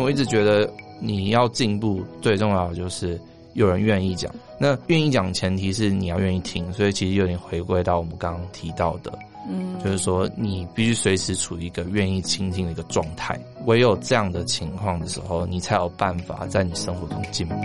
我一直觉得你要进步，最重要的就是有人愿意讲。那愿意讲前提是你要愿意听，所以其实有点回归到我们刚刚提到的，就是说你必须随时处于一个愿意倾听的一个状态。唯有这样的情况的时候，你才有办法在你生活中进步。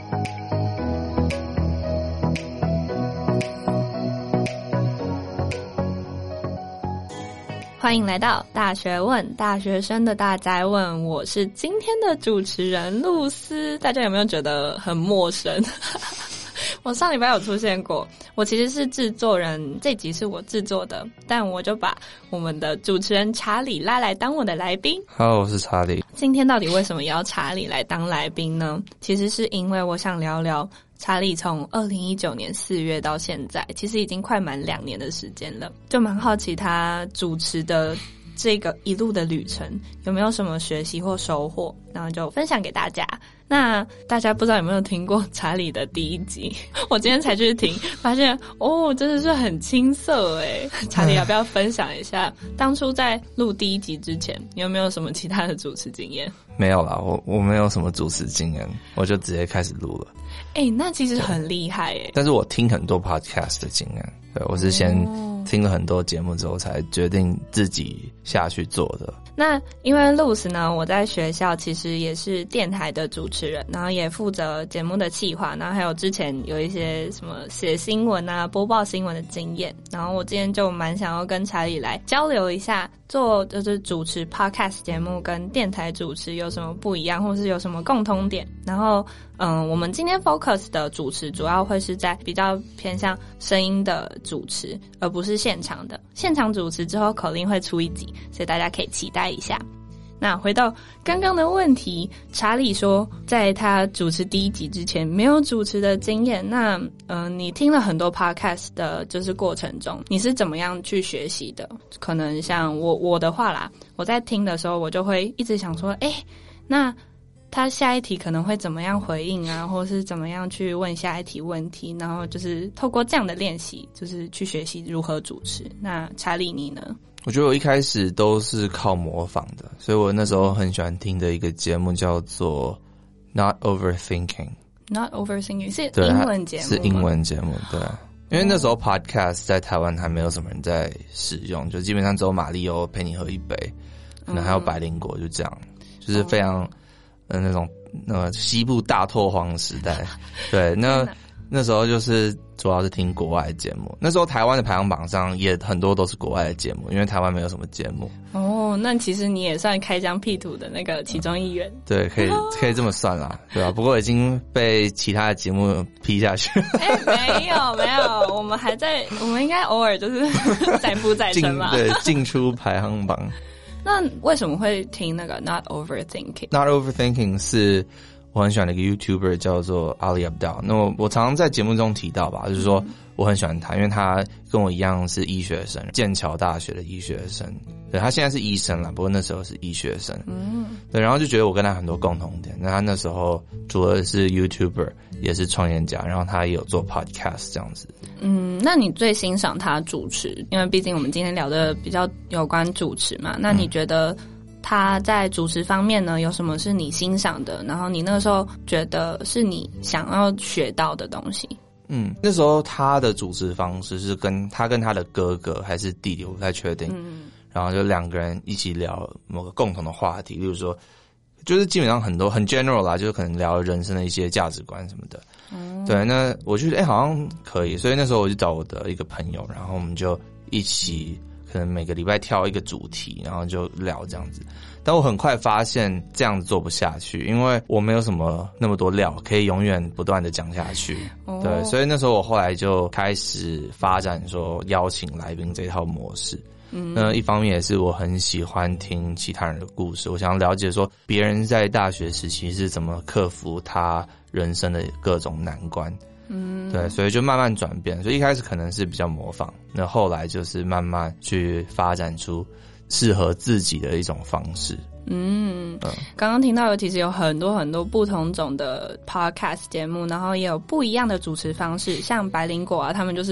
欢迎来到大学问，大学生的大哉问，我是今天的主持人露丝。大家有没有觉得很陌生？我上礼拜有出现过，我其实是制作人，这集是我制作的，但我就把我们的主持人查理拉来当我的来宾。 Hello， 我是查理。 今天到底为什么要查理来当来宾呢？其实是因为我想聊聊查理从2019年4月到现在，其实已经快满2年的时间了，就蛮好奇他主持的这个一路的旅程有没有什么学习或收获，然后就分享给大家。那大家不知道有没有听过查理的第1集？我今天才去听，发现真的是很青涩诶。查理要不要分享一下当初在录第1集之前，你有没有什么其他的主持经验？ 没有啦，我没有什么主持经验，我就直接开始录了。 那其实很厉害耶。 但是我听很多 podcast 的经验，对，我是先听了很多节目之后才决定自己下去做的。 那因为露丝呢，我在学校其实也是电台的主持人，然后也负责节目的企划，然后还有之前有一些什么写新闻啊、播报新闻的经验。然后我今天就蛮想要跟查理来交流一下，就是主持 podcast 节目跟电台主持有什么不一样，或是有什么共通点。然后我们今天 focus 的主持主要会是在比较偏向声音的主持，而不是现场的。现场主持之后口令会出1集，所以大家可以期待一下。那回到刚刚的问题，查理说在他主持第1集之前没有主持的经验。那你听了很多 podcast 的就是过程中，你是怎么样去学习的？可能像我的话啦，我在听的时候我就会一直想说那他下一题可能会怎么样回应啊，或是怎么样去问下一题问题，然后就是透过这样的练习，就是去学习如何主持。那查理你呢？ 我觉得我一开始都是靠模仿的，所以我那时候很喜欢听的一个节目叫做 Not Overthinking。Not Overthinking 是英文节目吗？ 是英文节目，对。因为那时候 podcast 在台湾还没有什么人在使用，就基本上只有马力欧陪你喝一杯，可能还有百灵果，就这样，就是非常那种西部大拓荒时代。对，那时候就是主要是听国外的节目。那时候台湾的排行榜上也很多都是国外的节目，因为台湾没有什么节目。 那其实你也算开疆辟土的那个其中一员。 对，可以这么算啦，对吧？不过已经被其他的节目批下去。 没有，我们应该偶尔就是载浮载沉吧。 对，进出排行榜。 那为什么会听那个 Not Overthinking？Not Overthinking 是我很喜欢的一个 YouTuber 叫做 Ali Abdaal。那我常常在节目中提到吧，就是说我很喜欢他，因为他跟我一样是医学生，剑桥大学的医学生。对，他现在是医生啦，不过那时候是医学生。对，然后就觉得我跟他很多共同点。那他那时候除了是 YouTuber 也是创业家，然后他也有做 podcast 这样子。 那你最欣赏他主持？因为毕竟我们今天聊的比较有关主持嘛，那你觉得他在主持方面呢，有什么是你欣赏的？然后你那个时候觉得是你想要学到的东西？ 那时候他的主持方式是跟他的哥哥还是弟弟，我不太确定。然后就2个人一起聊某个共同的话题，例如说，就是基本上很多很 general 啦，就是可能聊人生的一些价值观什么的。对，那我觉得好像可以，所以那时候我就找我的一个朋友，然后我们就一起可能每个礼拜挑一个主题，然后就聊这样子。但我很快发现这样子做不下去，因为我没有什么那么多料可以永远不断的讲下去。对，所以那时候我后来就开始发展说邀请来宾这套模式。那一方面也是我很喜欢听其他人的故事，我想了解说别人在大学时期是怎么克服他人生的各种难关。对，所以就慢慢转变，所以一开始可能是比较模仿，那后来就是慢慢去发展出适合自己的一种方式。 刚刚听到的其实有很多很多不同种的 podcast 节目，然后也有不一样的主持方式，像百灵果啊，他们就是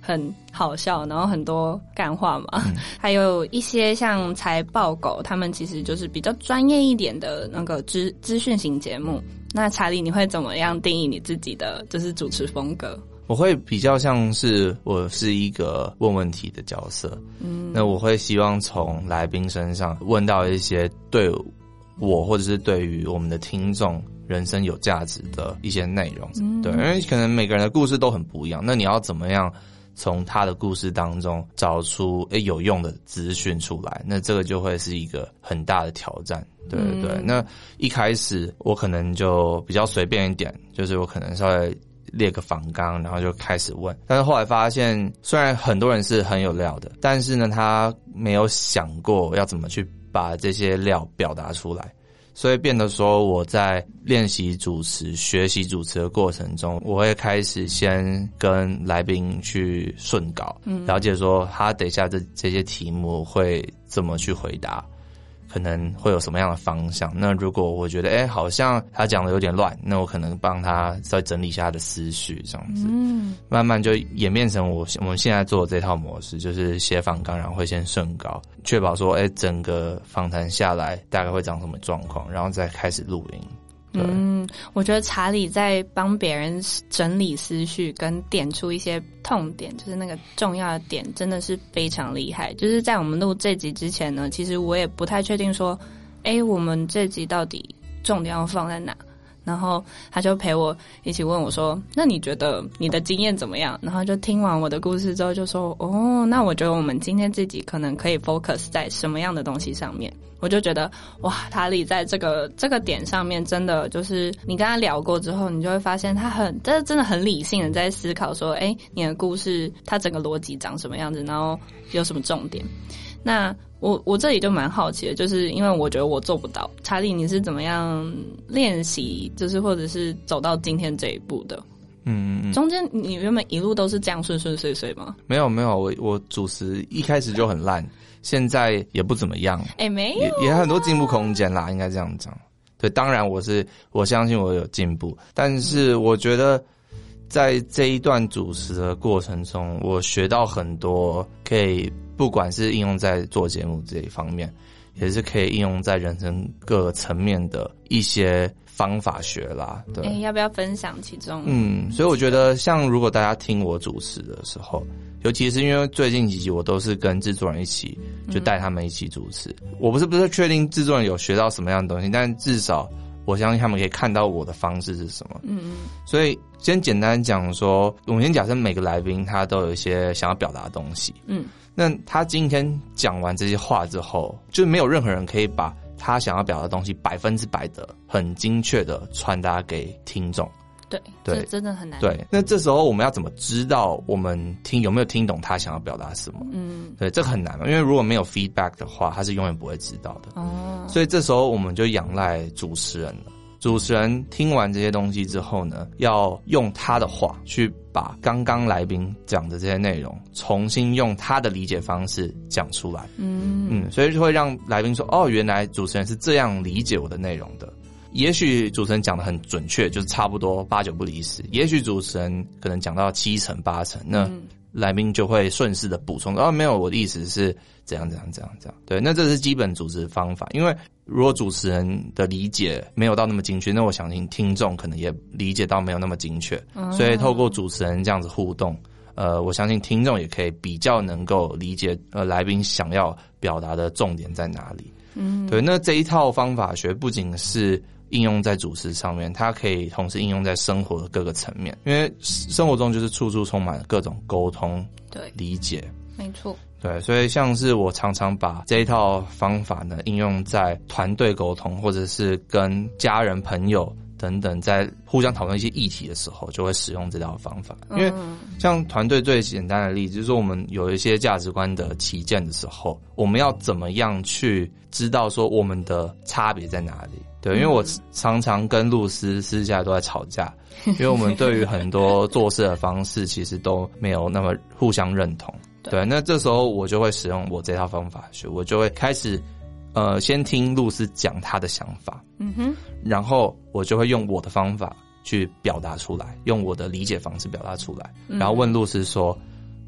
很好笑，然后很多干话嘛。还有一些像财报狗，他们其实就是比较专业一点的那个资讯型节目。那查理，你会怎么样定义你自己的就是主持风格？ 我会比较像是我是一个问问题的角色，那我会希望从来宾身上问到一些对我或者是对于我们的听众人生有价值的一些内容，对，因为可能每个人的故事都很不一样，那你要怎么样从他的故事当中找出有用的资讯出来，那这个就会是一个很大的挑战，对对对。那一开始我可能就比较随便一点，就是我可能稍微列个访纲，然后就开始问。但是后来发现，虽然很多人是很有料的，但是呢，他没有想过要怎么去把这些料表达出来。所以变得说，我在练习主持、学习主持的过程中，我会开始先跟来宾去顺稿，了解说他等一下这些题目会怎么去回答，可能会有什么样的方向。那如果我觉得好像他讲的有点乱，那我可能帮他再整理一下他的思绪，这样子，慢慢就演变成我们现在做的这套模式，就是写访纲，然后会先顺稿，确保说整个访谈下来大概会长什么状况，然后再开始录音。 我觉得查理在帮别人整理思绪跟点出一些痛点，就是那个重要的点，真的是非常厉害。就是在我们录这集之前呢，其实我也不太确定说我们这集到底重点要放在哪，然后他就陪我一起问我说，那你觉得你的经验怎么样？然后就听完我的故事之后就说，那我觉得我们今天这集可能可以 focus 在什么样的东西上面。我就觉得哇，查理在这个点上面真的就是你跟他聊过之后，你就会发现他真的很理性的在思考说你的故事它整个逻辑长什么样子，然后有什么重点。那我这里就蛮好奇的，就是因为我觉得我做不到。查理，你是怎么样练习，就是或者是走到今天这一步的？中间你原本一路都是这样顺顺遂遂吗？ 没有，我主持一开始就很烂，现在也不怎么样。 没有， 也很多进步空间啦，应该这样讲。对，当然我相信我有进步，但是我觉得在这一段主持的过程中，我学到很多，可以不管是应用在做节目这一方面，也是可以应用在人生各层面的一些方法学啦。对， 要不要分享其中？ 所以我觉得像如果大家听我主持的时候，尤其是因为最近几集我都是跟制作人一起，就带他们一起主持。我不是确定制作人有学到什么样的东西，但至少我相信他们可以看到我的方式是什么。所以先简单讲说，我们先假设每个来宾他都有一些想要表达的东西。那他今天讲完这些话之后，就没有任何人可以把他想要表达的东西100%的很精确的传达给听众。 对，这真的很难。 对，那这时候我们要怎么知道我们有没有听懂他想要表达什么？对，这个很难嘛，因为如果没有 feedback 的话，他是永远不会知道的。所以这时候我们就仰赖主持人了。主持人听完这些东西之后呢，要用他的话去把刚刚来宾讲的这些内容重新用他的理解方式讲出来。所以就会让来宾说，原来主持人是这样理解我的内容的。也许主持人讲的很准确，就是差不多8-9不离10。也许主持人可能讲到7成8成，那来宾就会顺势的补充，没有，我的意思是怎样。对，那这是基本主持方法。因为如果主持人的理解没有到那么精确，那我相信听众可能也理解到没有那么精确。所以透过主持人这样子互动，我相信听众也可以比较能够理解来宾想要表达的重点在哪里。对，那这一套方法学不仅是应用在主持上面，它可以同时应用在生活的各个层面，因为生活中就是处处充满了各种沟通、理解。 没错。 对，所以像是我常常把这一套方法呢应用在团队沟通，或者是跟家人、朋友等等在互相讨论一些议题的时候，就会使用这套方法。因为像团队最简单的例子，就是说我们有一些价值观的歧见的时候，我们要怎么样去知道说我们的差别在哪里？对，因为我常常跟露丝私下都在吵架，因为我们对于很多做事的方式其实都没有那么互相认同。对，那这时候我就会使用我这套方法学，我就会开始先听露丝讲她的想法，然后我就会用我的方法去表达出来，用我的理解方式表达出来，然后问露丝说，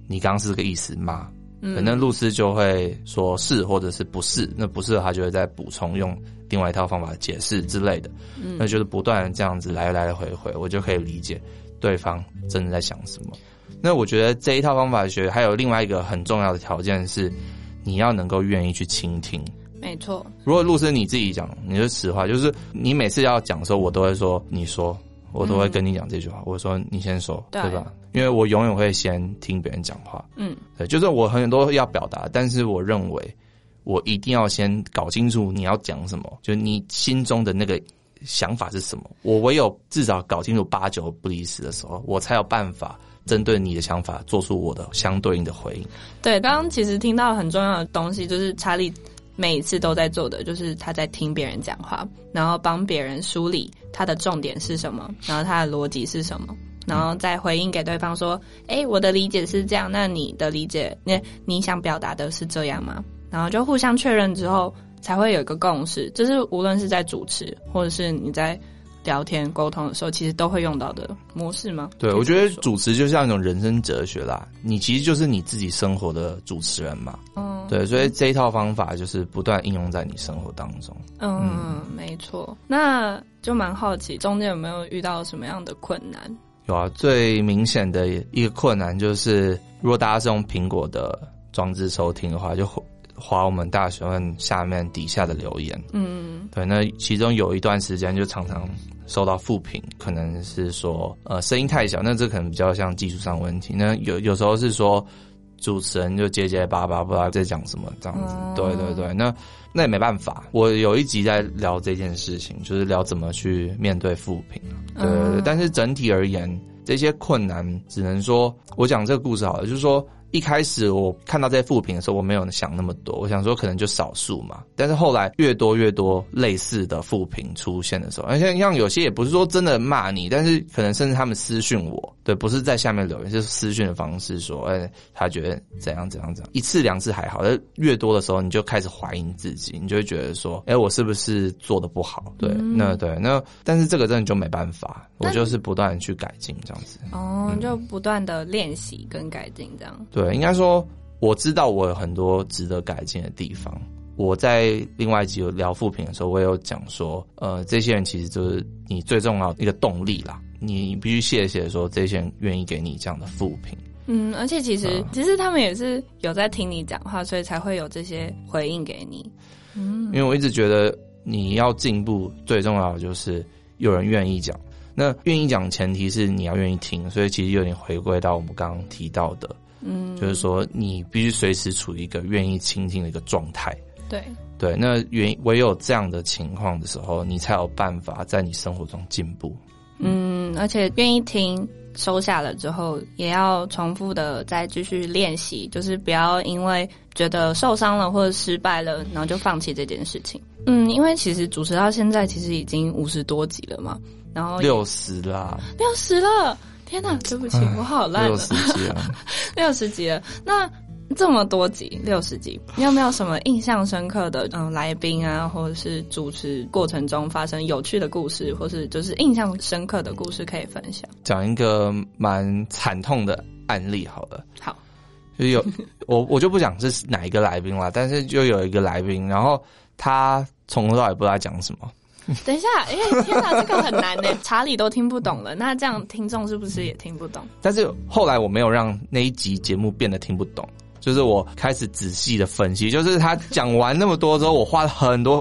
你刚刚是这个意思吗？可能露丝就会说是或者是不是，那不是他就会再补充用另外一套方法解释之类的，那就是不断的这样子来回，我就可以理解对方真的在想什么。那我觉得这一套方法学还有另外一个很重要的条件是，你要能够愿意去倾听。 没错， 如果露丝你自己讲，你就实话，就是你每次要讲的时候，我都会说你说，我都会跟你讲这句话，我说你先说，对吧？因为我永远会先听别人讲话，对，就是我很多要表达，但是我认为我一定要先搞清楚你要讲什么，就是你心中的那个想法是什么。我唯有至少搞清楚8、9不离10的时候，我才有办法针对你的想法做出我的相对应的回应。 对，刚刚其实听到很重要的东西，就是查理每一次都在做的，就是他在听别人讲话，然后帮别人梳理他的重点是什么，然后他的逻辑是什么，然后再回应给对方说，我的理解是这样，那你的理解，你想表达的是这样吗？然后就互相确认之后，才会有一个共识。这是无论是在主持，或者是你在聊天沟通的时候，其实都会用到的模式吗？ 对，我觉得主持就像一种人生哲学啦，你其实就是你自己生活的主持人嘛。对，所以这一套方法就是不断应用在你生活当中。 没错。那就蛮好奇，中间有没有遇到什么样的困难？ 有啊，最明显的一个困难就是，如果大家是用苹果的装置收听的话，就滑我们大学问下面底下的留言。对，那其中有一段时间就常常收到负评，可能是说声音太小，那这可能比较像技术上问题。那有时候是说主持人就结结巴巴不知道在讲什么这样子。对对对，那也没办法。我有一集在聊这件事情，就是聊怎么去面对负评。对对对，但是整体而言，这些困难只能说，我讲这个故事好了，就是说一开始我看到这些负评的时候，我没有想那么多，我想说可能就少数嘛。但是后来越多类似的负评出现的时候，而且像有些也不是说真的骂你，但是可能甚至他们私讯我，对，不是在下面留言，是私讯的方式说，他觉得怎样，一次两次还好，但越多的时候，你就开始怀疑你自己，你就会觉得说，我是不是做得不好？对，那但是这个真的就没办法，我就是不断的去改进这样子。 就不断的练习跟改进这样。 对，应该说我知道我有很多值得改进的地方。我在另外一集有聊负评的时候，我也有讲说，这些人其实就是你最重要的一个动力啦。你必须谢谢说这些人愿意给你这样的负评。 而且其实他们也是有在听你讲话，所以才会有这些回应给你。 因为我一直觉得你要进步，最重要的就是有人愿意讲。那愿意讲前提是你要愿意听，所以其实有点回归到我们刚刚提到的，就是说你必须随时处于一个愿意倾听的一个状态。对，那唯有这样的情况的时候，你才有办法在你生活中进步。 而且愿意听收下了之后，也要重复的再继续练习，就是不要因为觉得受伤了或者失败了，然后就放弃这件事情。因为其实主持到现在其实已经50多集了嘛，然后 60啦 ，60了，天哪，对不起，我好烂了 ，60集了 ，60集了。那这么多集，60集，你有没有什么印象深刻的来宾啊，或者是主持过程中发生有趣的故事，或是就是印象深刻的故事可以分享？ 讲一个蛮惨痛的案例好了。 好， 就我就不讲是哪一个来宾啦，但是就有一个来宾，然后他从头到尾不知道在讲什么。 等一下，天哪，这个很难耶，查理都听不懂了，那这样听众是不是也听不懂？ 但是后来我没有让那一集节目变得听不懂，就是我开始仔细的分析，就是他讲完那么多之后，我花了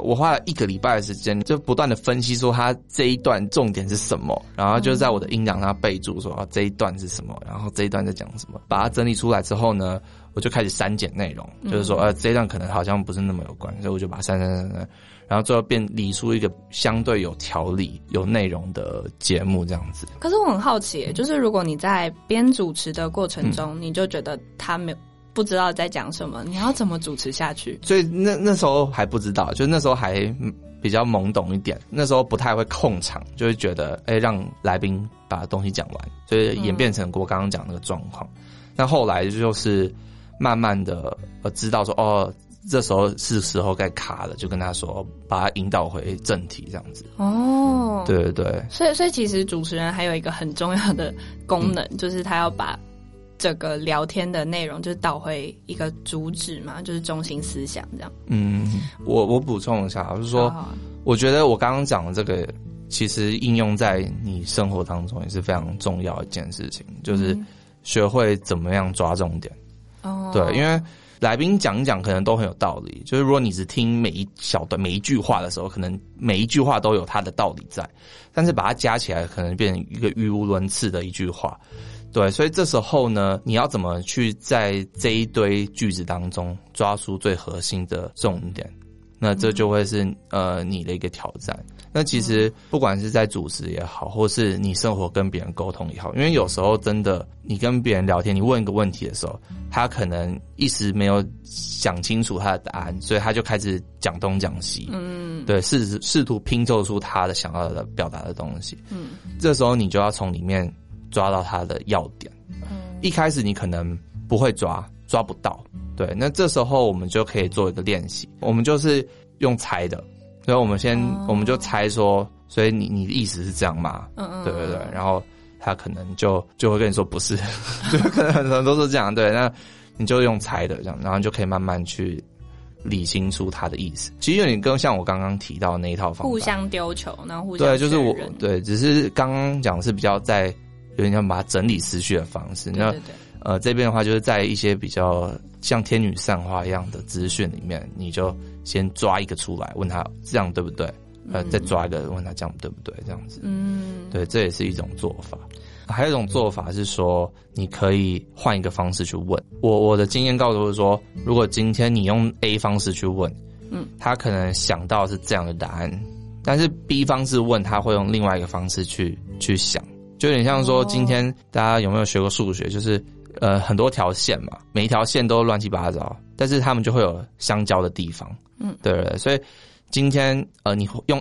1个礼拜的时间，就不断的分析说他这一段重点是什么，然后就在我的音档上备注说这一段是什么，然后这一段在讲什么，把它整理出来之后呢，我就开始删减内容，就是说这一段可能好像不是那么有关，所以我就把它删，然后最后变理出一个相对有条理、有内容的节目这样子。 可是我很好奇，就是如果你在编主持的过程中，你就觉得他不知道在讲什么，你要怎么主持下去？ 所以那时候还不知道，就那时候还比较懵懂一点，那时候不太会控场，就会觉得让来宾把东西讲完，所以演变成我刚刚讲那个状况。那后来就是慢慢的知道说这时候是时候该卡了，就跟他说把他引导回正题这样子。对对对。 所以其实主持人还有一个很重要的功能，就是他要把整个聊天的内容就是导回一个主旨嘛，就是中心思想这样。 我补充一下，就是说，我觉得我刚刚讲的这个，其实应用在你生活当中也是非常重要的一件事情，就是学会怎么样抓重点。对，因为来宾讲一讲可能都很有道理，就是如果你只听每一小段每一句话的时候，可能每一句话都有它的道理在，但是把它加起来可能变成一个语无伦次的一句话。对，所以这时候呢，你要怎么去在这一堆句子当中抓出最核心的重点，那这就会是你的一个挑战。那其实不管是在主持也好，或是你生活跟别人沟通也好，因为有时候真的你跟别人聊天，你问一个问题的时候，他可能一时没有想清楚他的答案，所以他就开始讲东讲西，对，试图拼凑出他的想要的表达的东西。这时候你就要从里面抓到他的要点。一开始你可能不会抓不到，对，那这时候我们就可以做一个练习，我们就是用猜的。所以我们就猜说，所以你的意思是这样吗？对对对，然后他可能就会跟你说不是，就可能很多人都是这样，对，那你就用猜的这样，然后就可以慢慢去理清楚他的意思。其实有点跟像我刚刚提到的那一套方法， 互相丢球，然后互相对，就是对，只是刚刚讲的是比较在有点像把它整理思绪的方式。 对对对。 这边的话就是在一些比较像天女散花一样的资讯里面，你就先抓一个出来，问他这样对不对？再抓一个问他这样对不对？这样子，对，这也是一种做法。还有一种做法是说，你可以换一个方式去问。我的经验告诉我说，如果今天你用 A 方式去问，他可能想到是这样的答案，但是 B 方式问他会用另外一个方式去想，就有点像说，今天大家有没有学过数学？就是很多条线嘛，每一条线都乱七八糟，但是他们就会有相交的地方，对不对？所以今天你用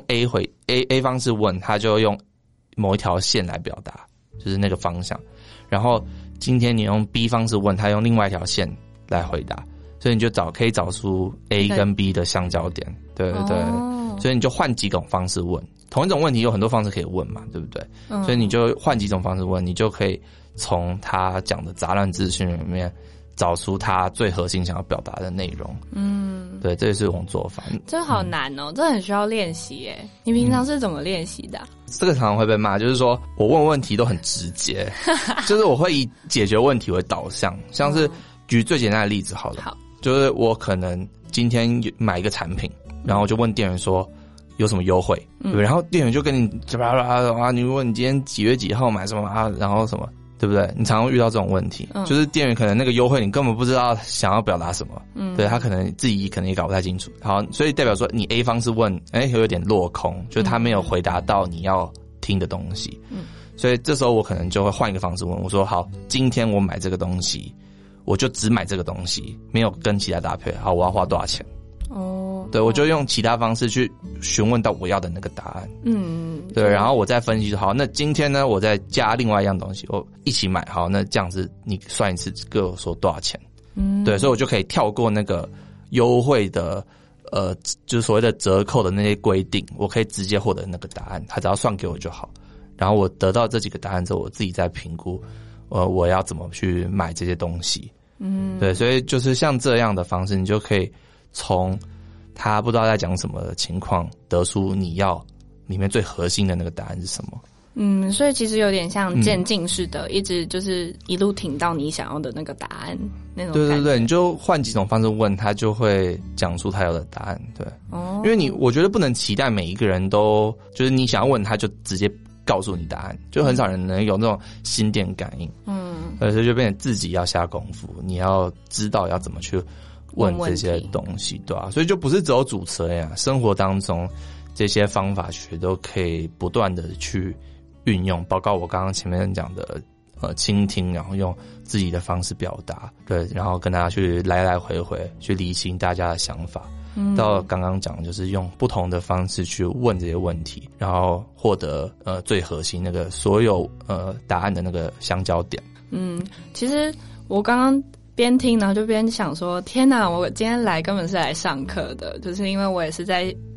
A 方式问，他就用某一条线来表达，就是那个方向。然后今天你用 B 方式问，他用另外一条线来回答，所以你就可以找出 A 跟 B 的相交点，对对对。所以你就换几种方式问，同一种问题有很多方式可以问嘛，对不对？所以你就换几种方式问，你就可以从他讲的杂乱资讯里面找出他最核心想要表达的内容。对，这也是一种做法。 这好难哦，这很需要练习耶。你平常是怎么练习的？ 这个常常会被骂，就是说我问问题都很直接，就是我会以解决问题为导向。像是举最简单的例子好了，就是我可能今天买一个产品，然后我就问店员说有什么优惠，对，然后店员就跟你你问你今天几月几号买什么啊，然后什么，对不对？你常常遇到这种问题，就是店员可能那个优惠你根本不知道想要表达什么，对，他可能自己可能也搞不太清楚。好，所以代表说你 A 方式问，有点落空，就是他没有回答到你要听的东西。所以这时候我可能就会换一个方式问，我说好，今天我买这个东西，我就只买这个东西，没有跟其他搭配。好，我要花多少钱？对，我就用其他方式去询问到我要的那个答案。对，然后我再分析，好，那今天呢，我再加另外一样东西，我一起买，好，那这样子你算一次各我说多少钱？对，所以我就可以跳过那个优惠的就是所谓的折扣的那些规定，我可以直接获得那个答案，他只要算给我就好。然后我得到这几个答案之后，我自己再评估，我要怎么去买这些东西。对，所以就是像这样的方式，你就可以从他不知道在讲什么的情况，得出你要里面最核心的那个答案是什么。 所以其实有点像渐进式的，一直就是一路挺到你想要的那个答案那种感觉。 对对对，你就换几种方式问他，就会讲出他要的答案。对，因为我觉得不能期待每一个人都就是你想要问他就直接告诉你答案，就很少人能有那种心电感应。所以就变成自己要下功夫，你要知道要怎么去问这些东西，对吧？所以就不是只有主持人啊，生活当中这些方法学都可以不断的去运用，包括我刚刚前面讲的倾听，然后用自己的方式表达，对，然后跟大家去来来回回去理清大家的想法。到刚刚讲就是用不同的方式去问这些问题，然后获得最核心那个所有答案的那个相交点。 其实我刚刚边听然后就边想说，天哪，我今天来根本是来上课的，就是因为我也是在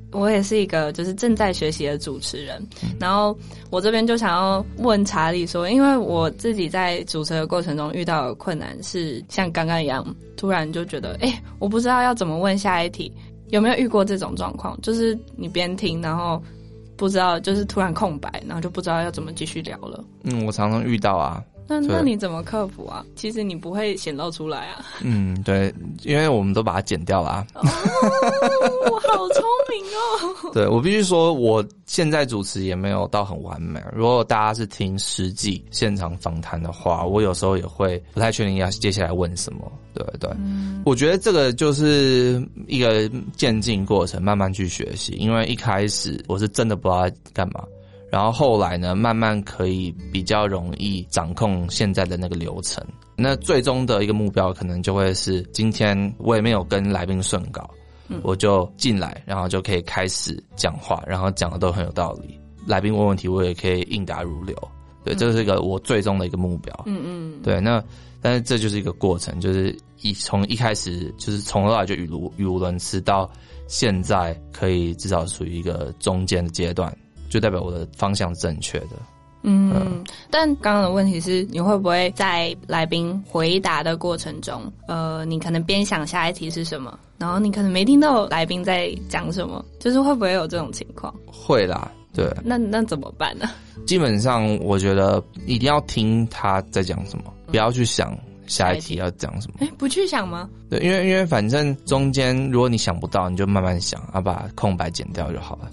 我也是一个就是正在学习的主持人，然后我这边就想要问查理说，因为我自己在主持的过程中遇到的困难是像刚刚一样，突然就觉得我不知道要怎么问下一题，有没有遇过这种状况？就是你边听然后不知道，就是突然空白，然后就不知道要怎么继续聊了。 我常常遇到啊。 那你怎么克服啊？其实你不会显露出来啊。 对，因为我们都把它剪掉了啊。 我好聪明哦。 对，我必须说，我现在主持也没有到很完美。如果大家是听实际现场访谈的话，我有时候也会不太确定要接下来问什么。对，我觉得这个就是一个渐进过程，慢慢去学习。因为一开始我是真的不知道干嘛。然后后来呢，慢慢可以比较容易掌控现在的那个流程。那最终的一个目标可能就会是，今天我也没有跟来宾顺稿，我就进来，然后就可以开始讲话，然后讲的都很有道理。来宾问问题，我也可以应答如流。对，这是一个我最终的一个目标。对，但是这就是一个过程，就是从一开始就是从头到尾就语无伦次，到现在可以至少属于一个中间的阶段。就代表我的方向是正确的。 但刚刚的问题是，你会不会在来宾回答的过程中，你可能边想下一题是什么，然后你可能没听到来宾在讲什么，就是会不会有这种情况？ 会啦，对。 那怎么办呢？ 基本上我觉得一定要听他在讲什么，不要去想下一题要讲什么。 不去想吗？ 对，因为反正中间如果你想不到，你就慢慢想，把空白剪掉就好了。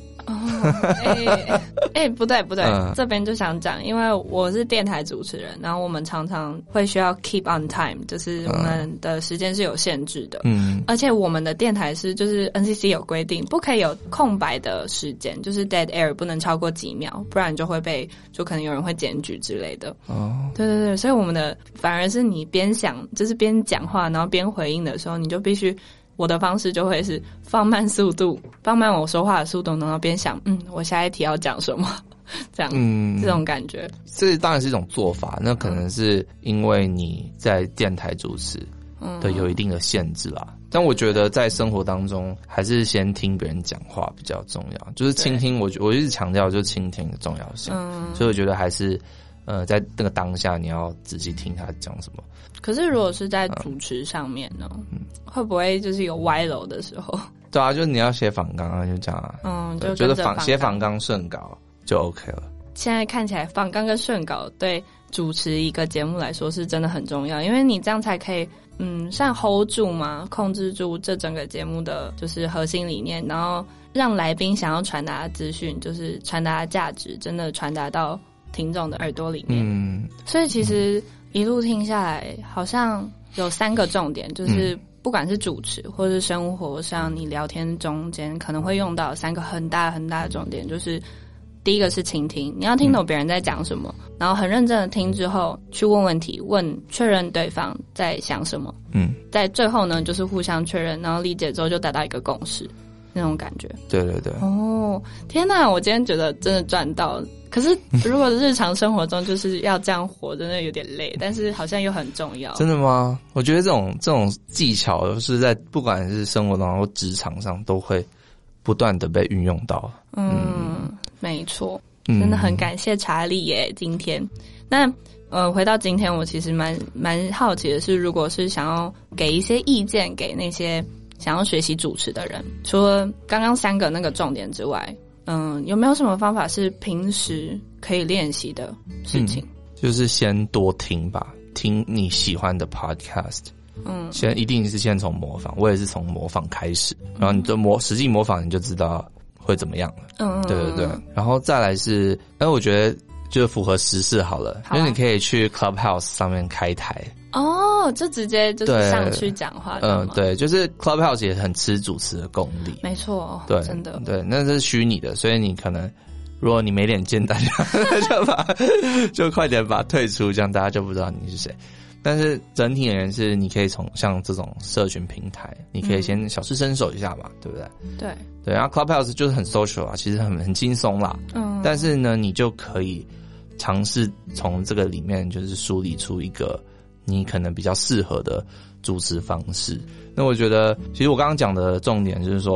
不对，这边就想讲，因为我是电台主持人，然后我们常常会需要 keep on time， 就是我们的时间是有限制的。而且我们的电台是就是 NCC 有规定，不可以有空白的时间，就是 dead air 不能超过几秒，不然就会就可能有人会检举之类的。对，所以我们的反而是你边想，就是边讲话，然后边回应的时候，你就必须。我的方式就会是放慢速度，放慢我说话的速度，然后边想，我下一题要讲什么，这样，这种感觉。 这当然是一种做法，那可能是因为你在电台主持的有一定的限制啦。但我觉得在生活当中，还是先听别人讲话比较重要，就是倾听。我一直强调就是倾听的重要性，所以我觉得还是在那个当下你要仔细听他讲什么。 可是如果是在主持上面呢，会不会就是有歪楼的时候？ 对啊，就是你要写访纲啊，就这样啊。 就觉得写访纲顺稿就 OK 了。 现在看起来访纲跟顺稿对主持一个节目来说是真的很重要，因为你这样才可以算 hold 住嘛，控制住这整个节目的就是核心理念，然后让来宾想要传达的资讯，就是传达的价值，真的传达到听众的耳朵里面。所以其实一路听下来，好像有3个重点，就是不管是主持或是生活上你聊天中间可能会用到3个很大很大的重点，就是第一个是倾听，你要听懂别人在讲什么，然后很认真的听之后去问问题，确认对方在想什么。在最后呢就是互相确认，然后理解之后就达到一个共识，那种感觉。 对。 天哪，我今天觉得真的赚到了。可是如果日常生活中就是要这样活，真的有点累，但是好像又很重要。 真的吗？我觉得这种技巧是在不管是生活当中或职场上都会不断的被运用到。 没错，真的很感谢查理耶今天。那回到今天，我其实蛮好奇的是，如果是想要给一些意见给那些想要学习主持的人，除了刚刚3个那个重点之外，有没有什么方法是平时可以练习的事情？ 就是先多听吧，听你喜欢的 podcast。一定是先从模仿，我也是从模仿开始，然后你就实际模仿，你就知道会怎么样了。对。然后再来是，我觉得就符合时事好了，因为你可以去 Clubhouse 上面开台。 就直接就是上去讲话。 对，就是 Clubhouse 也很吃主持的功力。 没错， 对， 真的。 对，那是虚拟的，所以你可能如果你没脸见大家，就快点把它退出，这样大家就不知道你是谁。但是整体而言是，你可以从像这种社群平台，你可以先小试身手一下嘛，对不对？对，然后 Clubhouse 就是很 social 啊，其实很轻松啦。但是呢，你就可以尝试从这个里面就是梳理出一个你可能比较适合的主持方式。那我觉得，其实我刚刚讲的重点就是说，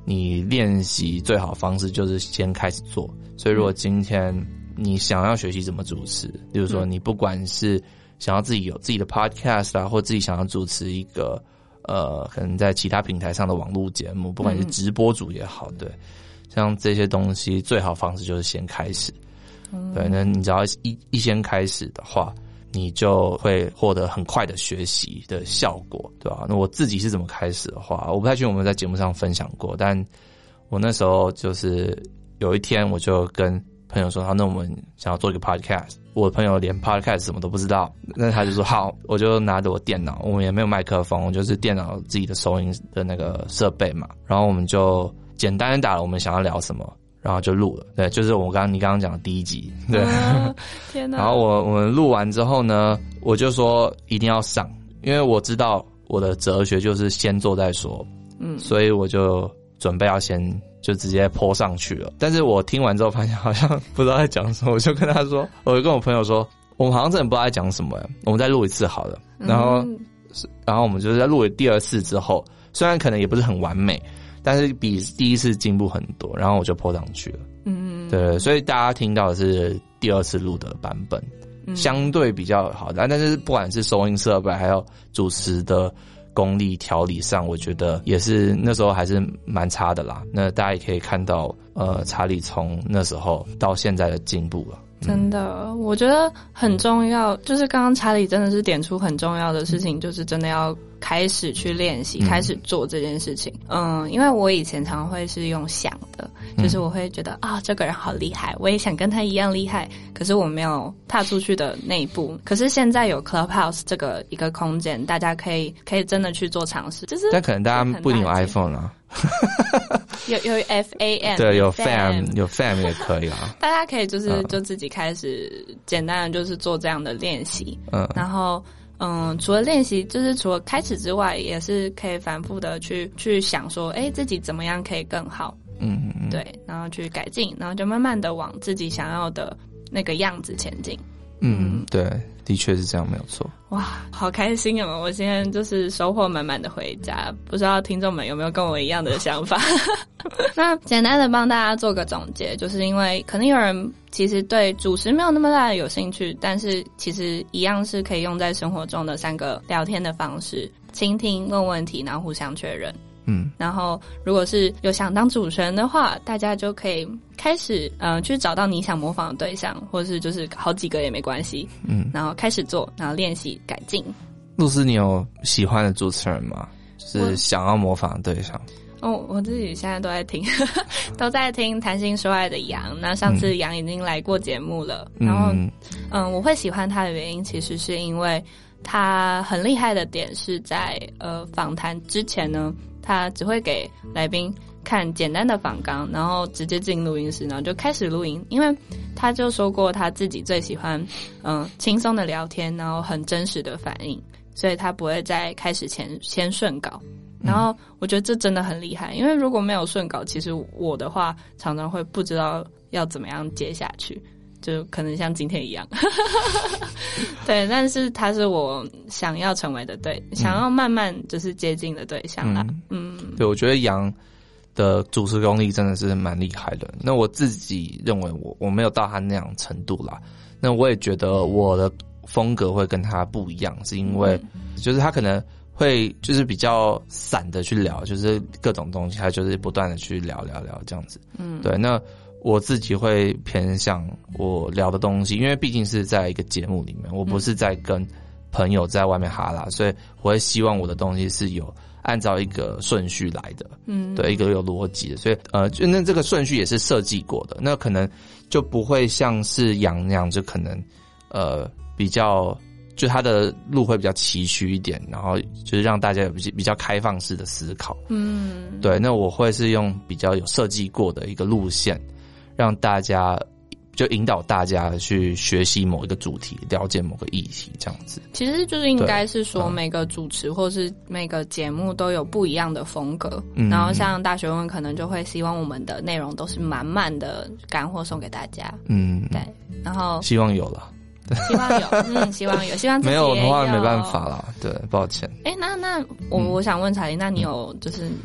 你练习最好的方式就是先开始做。所以如果今天你想要学习怎么主持，例如说你不管是想要自己有自己的 podcast 啊，或自己想要主持一个可能在其他平台上的网络节目，不管是直播主也好，对，像这些东西最好方式就是先开始。对，那你只要一先开始的话，你就会获得很快的学习的效果，对吧？那我自己是怎么开始的话，我不太确定我们在节目上分享过，但我那时候就是有一天我就跟朋友说，好，那我们想要做一个 podcast。我的朋友连 podcast 什么都不知道，那他就说好，我就拿着我电脑，我们也没有麦克风，我就是电脑自己的收音的那个设备嘛，然后我们就简单的打了我们想要聊什么，然后就录了。对，就是你刚刚讲的第一集。对， 天哪！ 然后我们录完之后呢，我就说一定要上，因为我知道我的哲学就是先做再说。所以我就准备要先就直接 po 上去了。但是我听完之后发现好像不知道在讲什么，我就跟他说，我就跟我朋友说，我们好像真的不知道在讲什么，我们再录一次好了。然后我们就是在录了第二次之后，虽然可能也不是很完美，但是比第一次进步很多，然后我就 po 上去了。对，所以大家听到的是第二次录的版本，相对比较好的。但是不管是收音设备还有主持的功力调理上，我觉得也是那时候还是蛮差的啦。那大家也可以看到查理从那时候到现在的进步了。 真的，我觉得很重要，就是刚刚查理真的是点出很重要的事情，就是真的要开始去练习，开始做这件事情。因为我以前常会是用想的，就是我会觉得这个人好厉害，我也想跟他一样厉害，可是我没有踏出去的那一步。可是现在有 Clubhouse 这个一个空间，大家可以真的去做尝试，就是但可能大家不一定有 iPhone 啊。 有 FAM 对，有 FAM 也可以啊。 大家可以就自己开始简单的就是做这样的练习。然后除了练习，就是除了开始之外，也是可以反复的去想说，自己怎么样可以更好。对，然后去改进，然后就慢慢的往自己想要的那个样子前进。 对，的确是这样，没有错。 哇，好开心啊！我今天就是收获满满的回家，不知道听众们有没有跟我一样的想法？那简单的帮大家做个总结，就是因为可能有人其实对主持没有那么大的有兴趣，但是其实一样是可以用在生活中的3个聊天的方式：倾听、问问题，然后互相确认。然后如果是有想当主持人的话，大家就可以开始去找到你想模仿的对象，或是就是好几个也没关系。然后开始做，然后练习改进。 露丝，你有喜欢的主持人吗？就是想要模仿的对象。 我自己现在都在听都在听谈心说爱的杨。那上次杨已经来过节目了。然后我会喜欢他的原因其实是因为他很厉害的点是在访谈之前呢，他只会给来宾看简单的访纲，然后直接进录音室，然后就开始录音。因为他就说过他自己最喜欢轻松的聊天，然后很真实的反应，所以他不会在开始前先顺稿。然后我觉得这真的很厉害，因为如果没有顺稿，其实我的话常常会不知道要怎么样接下去，就可能像今天一样。对，但是他是我想要成为的想要慢慢就是接近的对象啦。 对，我觉得杨的主持功力真的是蛮厉害的。那我自己认为我没有到他那样程度啦。那我也觉得我的风格会跟他不一样，是因为就是他可能会就是比较散的去聊，就是各种东西他就是不断的去聊这样子。对，那我自己会偏向我聊的东西，因为毕竟是在一个节目里面，我不是在跟朋友在外面哈拉，所以我会希望我的东西是有按照一个顺序来的。对，一个有逻辑的，所以就那这个顺序也是设计过的，那可能就不会像是杨那样，就可能比较就他的路会比较崎岖一点，然后就是让大家有比较开放式的思考。对，那我会是用比较有设计过的一个路线，让大家就引导大家去学习某一个主题，了解某个议题，这样子。 其实就是应该是说每个主持或是每个节目都有不一样的风格。然后像大学问可能就会希望我们的内容都是满满的干货送给大家。对，然后希望有了。 希望有，希望有，希望自己也有。 没有的话没办法啦，对，抱歉。 那我想问查理，那你有就是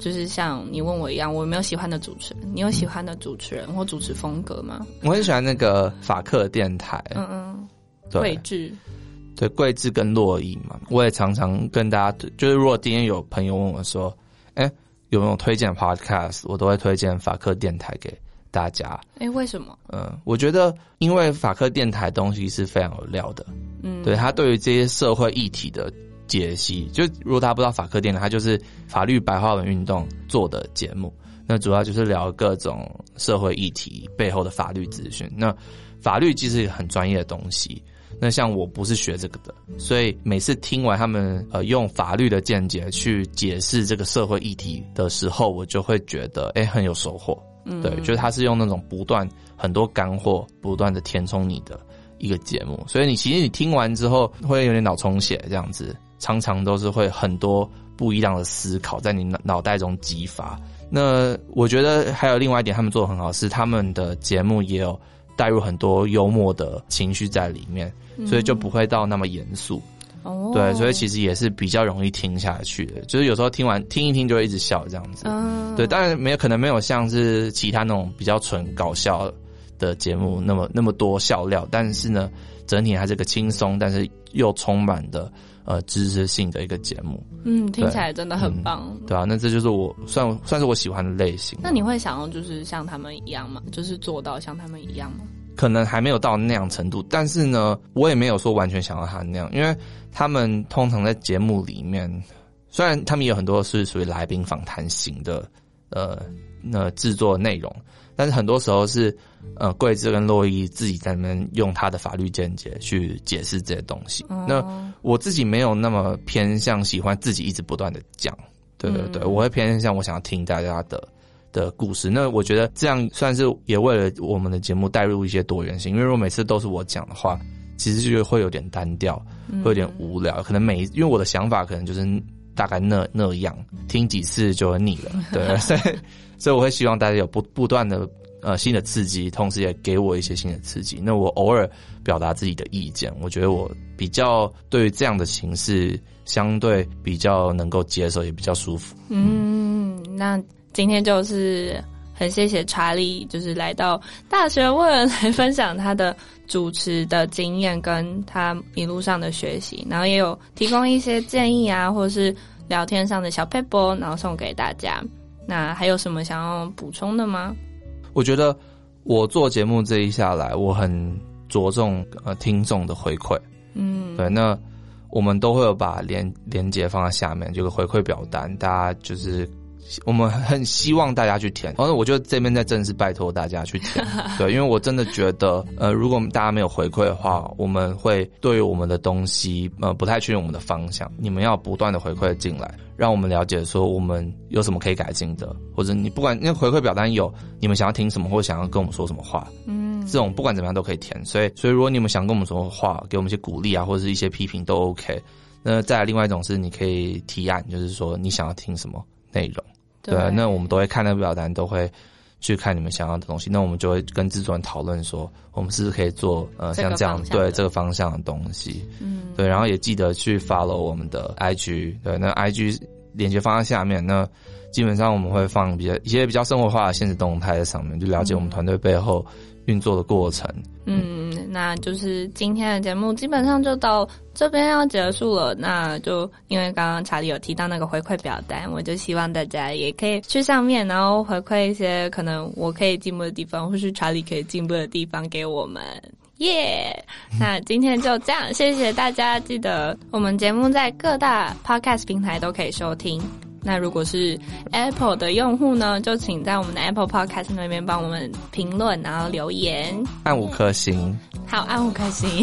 就是像你问我一样，我有没有喜欢的主持人？你有喜欢的主持人或主持风格吗？ 我很喜欢那个法克电台， 桂智， 对，桂智跟洛伊嘛，我也常常跟大家，就是如果今天有朋友问我说，有没有推荐 podcast， 我都会推荐法克电台给大家。 为什么？ 我觉得因为法克电台东西是非常有料的，对，他对于这些社会议题的解析，就如果大家不知道法克电台，它就是法律白话文运动做的节目，那主要就是聊各种社会议题背后的法律资讯。那法律其实很专业的东西，那像我不是学这个的，所以每次听完他们用法律的见解去解释这个社会议题的时候，我就会觉得很有收获。对，就是他是用那种不断很多干货不断的填充你的一个节目，所以你其实你听完之后会有点脑充血这样子，常常都是会很多不一样的思考在你脑袋中激发。那我觉得还有另外一点他们做得很好，是他们的节目也有带入很多幽默的情绪在里面，所以就不会到那么严肃。对，所以其实也是比较容易听下去的，就是有时候听一听就会一直笑这样子。对，当然可能没有像是其他那种比较纯搞笑的节目那么多笑料，但是呢，整体还是个轻松但是又充满的知识性的一个节目。 听起来真的很棒。 对啊，那这就是我算是我喜欢的类型。 那你会想要就是像他们一样吗？就是做到像他们一样吗？ 可能还没有到那样程度，但是呢，我也没有说完全想要他那样，因为他们通常在节目里面，虽然他们有很多是属于来宾访谈型的制作内容，但是很多时候是桂智跟洛伊自己在那边用他的法律见解去解释这些东西。那我自己没有那么偏向喜欢自己一直不断的讲，对，我会偏向我想要听大家的故事。那我觉得这样算是也为了我们的节目带入一些多元性，因为如果每次都是我讲的话，其实就会有点单调，会有点无聊，可能因为我的想法可能就是大概那样，听几次就会腻了。对，所以我会希望大家有不断的新的刺激，同时也给我一些新的刺激。那我偶尔表达自己的意见，我觉得我比较对于这样的形式相对比较能够接受，也比较舒服。 那今天就是很谢谢查理，就是来到大学问来分享他的主持的经验跟他一路上的学习，然后也有提供一些建议啊，或是聊天上的小撇步，然后送给大家。那还有什么想要补充的吗？ 我觉得我做节目这一下来，我很着重听众的回馈。对，那我们都会有把连结放在下面，这个回馈表单，大家就是我们很希望大家去填，然后我就这边在正式拜托大家去填。对，因为我真的觉得如果大家没有回馈的话，我们会对于我们的东西不太确定我们的方向，你们要不断的回馈进来，让我们了解说我们有什么可以改进的，或者你不管那个回馈表单有你们想要听什么或者想要跟我们说什么话，这种不管怎么样都可以填。所以如果你们想跟我们说话，给我们一些鼓励啊，或者是一些批评都 OK。那再来另外一种是你可以提案，就是说你想要听什么内容。对，那我们都会看那个表单，都会去看你们想要的东西，那我们就会跟制作人讨论说我们是不是可以做像这样对这个方向的东西。对，然后也记得去 follow 我们的 IG。 对，那 IG 链接放在下面，那基本上我们会放一些比较生活化的现实动态在上面，就了解我们团队背后运作的过程。 那就是今天的节目基本上就到这边要结束了。那就因为刚刚查理有提到那个回馈表单，我就希望大家也可以去上面，然后回馈一些可能我可以进步的地方，或是查理可以进步的地方给我们。那今天就这样，谢谢大家。记得我们节目在各大 podcast 平台都可以收听。那如果是 Apple 的用户呢，就请在我们的 Apple Podcast 那边帮我们评论，然后留言， 按5颗星。 好，按5颗星。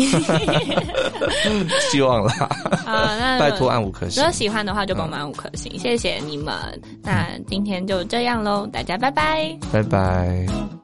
希望啦。 那拜托按5颗星。 如果喜欢的话就帮我们按5颗星，谢谢你们。那今天就这样咯，大家拜拜。 拜拜。